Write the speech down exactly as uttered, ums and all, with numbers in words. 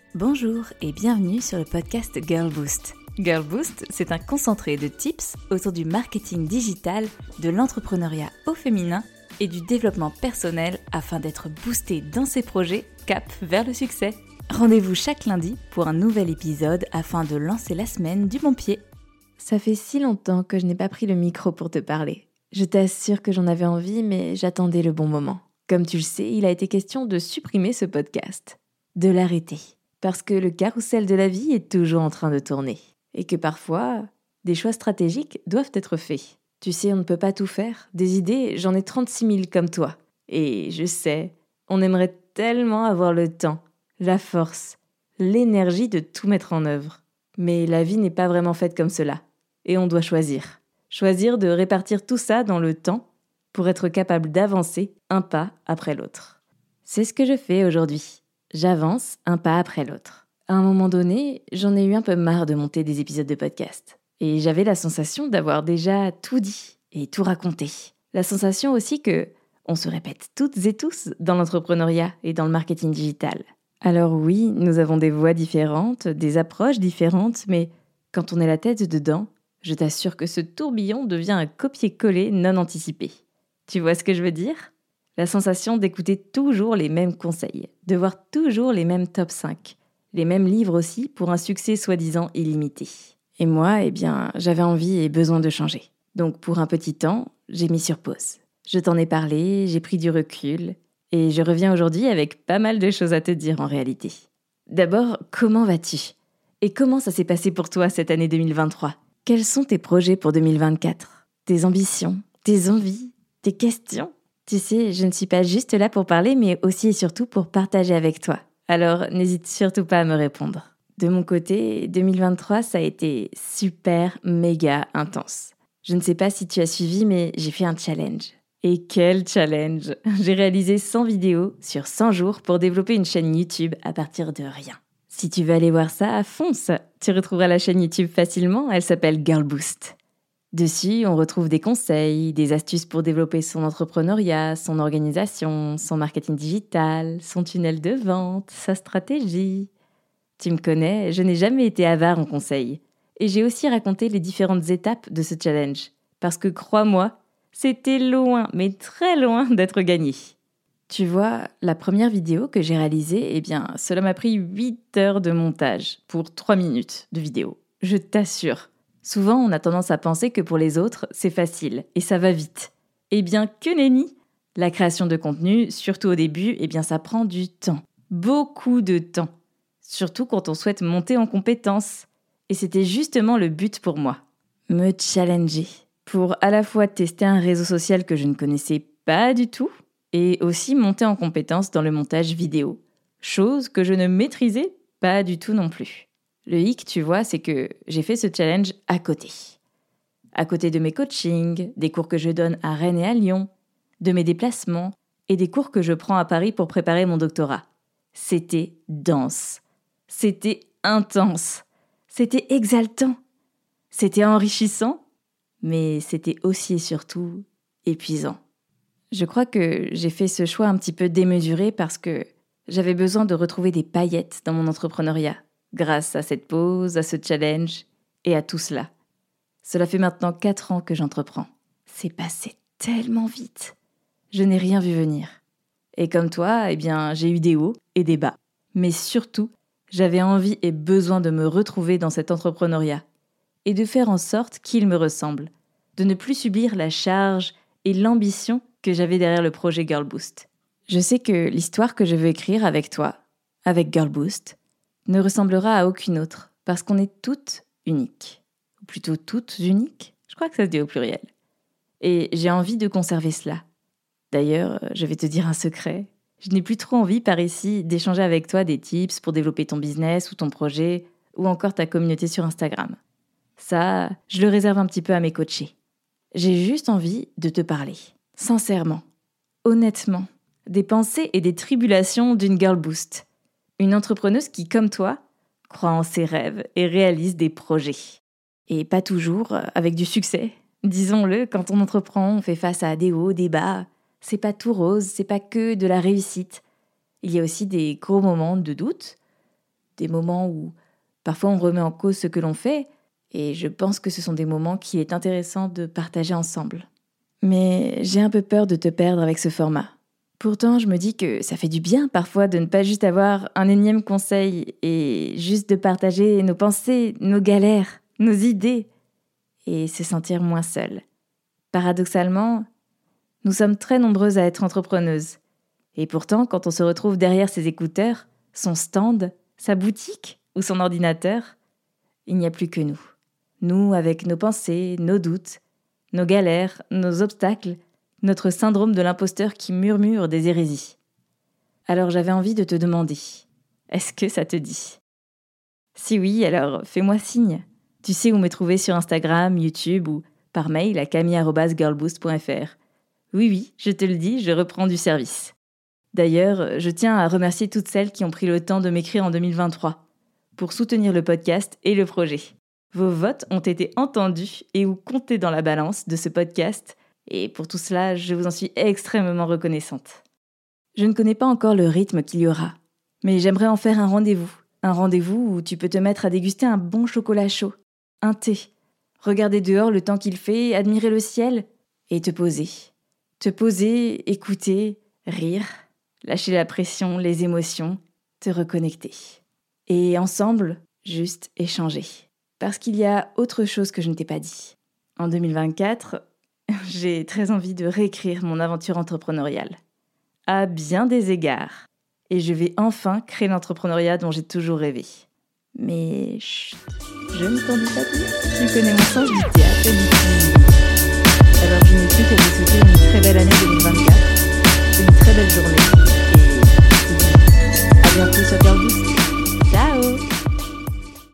Bonjour et bienvenue sur le podcast Girl Boost. Girl Boost, c'est un concentré de tips autour du marketing digital, de l'entrepreneuriat au féminin et du développement personnel afin d'être boosté dans ses projets cap vers le succès. Rendez-vous chaque lundi pour un nouvel épisode afin de lancer la semaine du bon pied. Ça fait si longtemps que je n'ai pas pris le micro pour te parler. Je t'assure que j'en avais envie, mais j'attendais le bon moment. Comme tu le sais, il a été question de supprimer ce podcast, de l'arrêter. Parce que le carrousel de la vie est toujours en train de tourner. Et que parfois, des choix stratégiques doivent être faits. Tu sais, on ne peut pas tout faire. Des idées, j'en ai trente-six mille comme toi. Et je sais, on aimerait tellement avoir le temps, la force, l'énergie de tout mettre en œuvre. Mais la vie n'est pas vraiment faite comme cela. Et on doit choisir. Choisir de répartir tout ça dans le temps pour être capable d'avancer un pas après l'autre. C'est ce que je fais aujourd'hui. J'avance un pas après l'autre. À un moment donné, j'en ai eu un peu marre de monter des épisodes de podcast. Et j'avais la sensation d'avoir déjà tout dit et tout raconté. La sensation aussi que on se répète toutes et tous dans l'entrepreneuriat et dans le marketing digital. Alors oui, nous avons des voix différentes, des approches différentes, mais quand on est la tête dedans, je t'assure que ce tourbillon devient un copier-coller non anticipé. Tu vois ce que je veux dire ? La sensation d'écouter toujours les mêmes conseils, de voir toujours les mêmes top cinq, les mêmes livres aussi pour un succès soi-disant illimité. Et moi, eh bien, j'avais envie et besoin de changer. Donc pour un petit temps, j'ai mis sur pause. Je t'en ai parlé, j'ai pris du recul, et je reviens aujourd'hui avec pas mal de choses à te dire en réalité. D'abord, comment vas-tu ? Et comment ça s'est passé pour toi cette année deux mille vingt-trois ? Quels sont tes projets pour deux mille vingt-quatre ? Tes ambitions ? Tes envies ? Tes questions ? Tu sais, je ne suis pas juste là pour parler, mais aussi et surtout pour partager avec toi. Alors, n'hésite surtout pas à me répondre. De mon côté, deux mille vingt-trois, ça a été super, méga intense. Je ne sais pas si tu as suivi, mais j'ai fait un challenge. Et quel challenge ! J'ai réalisé cent vidéos sur cent jours pour développer une chaîne YouTube à partir de rien. Si tu veux aller voir ça, fonce ! Tu retrouveras la chaîne YouTube facilement, elle s'appelle Girl Boost. Dessus, on retrouve des conseils, des astuces pour développer son entrepreneuriat, son organisation, son marketing digital, son tunnel de vente, sa stratégie. Tu me connais, je n'ai jamais été avare en conseils. Et j'ai aussi raconté les différentes étapes de ce challenge. Parce que crois-moi, c'était loin, mais très loin d'être gagné. Tu vois, la première vidéo que j'ai réalisée, eh bien, cela m'a pris huit heures de montage pour trois minutes de vidéo. Je t'assure. Souvent, on a tendance à penser que pour les autres, c'est facile et ça va vite. Eh bien, que nenni ! La création de contenu, surtout au début, eh bien, ça prend du temps. Beaucoup de temps. Surtout quand on souhaite monter en compétences. Et c'était justement le but pour moi. Me challenger. Pour à la fois tester un réseau social que je ne connaissais pas du tout et aussi monter en compétences dans le montage vidéo. Chose que je ne maîtrisais pas du tout non plus. Le hic, tu vois, c'est que j'ai fait ce challenge à côté. À côté de mes coachings, des cours que je donne à Rennes et à Lyon, de mes déplacements et des cours que je prends à Paris pour préparer mon doctorat. C'était dense. C'était intense. C'était exaltant. C'était enrichissant, mais c'était aussi et surtout épuisant. Je crois que j'ai fait ce choix un petit peu démesuré parce que j'avais besoin de retrouver des paillettes dans mon entrepreneuriat. Grâce à cette pause, à ce challenge et à tout cela. Cela fait maintenant quatre ans que j'entreprends. C'est passé tellement vite. Je n'ai rien vu venir. Et comme toi, eh bien, j'ai eu des hauts et des bas. Mais surtout, j'avais envie et besoin de me retrouver dans cet entrepreneuriat et de faire en sorte qu'il me ressemble, de ne plus subir la charge et l'ambition que j'avais derrière le projet Girl Boost. Je sais que l'histoire que je veux écrire avec toi, avec Girl Boost, ne ressemblera à aucune autre, parce qu'on est toutes uniques. Ou plutôt toutes uniques, je crois que ça se dit au pluriel. Et j'ai envie de conserver cela. D'ailleurs, je vais te dire un secret. Je n'ai plus trop envie par ici d'échanger avec toi des tips pour développer ton business ou ton projet, ou encore ta communauté sur Instagram. Ça, je le réserve un petit peu à mes coachés. J'ai juste envie de te parler, sincèrement, honnêtement, des pensées et des tribulations d'une Girl Boost. Une entrepreneuse qui, comme toi, croit en ses rêves et réalise des projets. Et pas toujours avec du succès. Disons-le, quand on entreprend, on fait face à des hauts, des bas. C'est pas tout rose, c'est pas que de la réussite. Il y a aussi des gros moments de doute, des moments où parfois on remet en cause ce que l'on fait, et je pense que ce sont des moments qu'il est intéressant de partager ensemble. Mais j'ai un peu peur de te perdre avec ce format. Pourtant, je me dis que ça fait du bien parfois de ne pas juste avoir un énième conseil et juste de partager nos pensées, nos galères, nos idées et se sentir moins seul. Paradoxalement, nous sommes très nombreuses à être entrepreneuses. Et pourtant, quand on se retrouve derrière ses écouteurs, son stand, sa boutique ou son ordinateur, il n'y a plus que nous. Nous avec nos pensées, nos doutes, nos galères, nos obstacles, notre syndrome de l'imposteur qui murmure des hérésies. Alors j'avais envie de te demander, est-ce que ça te dit ? Si oui, alors fais-moi signe. Tu sais où me trouver sur Instagram, YouTube ou par mail à camille arobase girlboost point f r. Oui, oui, je te le dis, je reprends du service. D'ailleurs, je tiens à remercier toutes celles qui ont pris le temps de m'écrire en deux mille vingt-trois pour soutenir le podcast et le projet. Vos votes ont été entendus et ou comptés dans la balance de ce podcast. Et pour tout cela, je vous en suis extrêmement reconnaissante. Je ne connais pas encore le rythme qu'il y aura, mais j'aimerais en faire un rendez-vous. Un rendez-vous où tu peux te mettre à déguster un bon chocolat chaud, un thé, regarder dehors le temps qu'il fait, admirer le ciel et te poser. Te poser, écouter, rire, lâcher la pression, les émotions, te reconnecter. Et ensemble, juste échanger. Parce qu'il y a autre chose que je ne t'ai pas dit. En deux mille vingt-quatre... j'ai très envie de réécrire mon aventure entrepreneuriale. À bien des égards. Et je vais enfin créer l'entrepreneuriat dont j'ai toujours rêvé. Mais chut, je ne t'en dis pas plus. Tu connais mon sens du théâtre et du cinéma. Alors je n'ai plus qu'à te souhaiter une très belle année deux mille vingt-quatre, une très belle journée. Et à bientôt sur Girl Boost.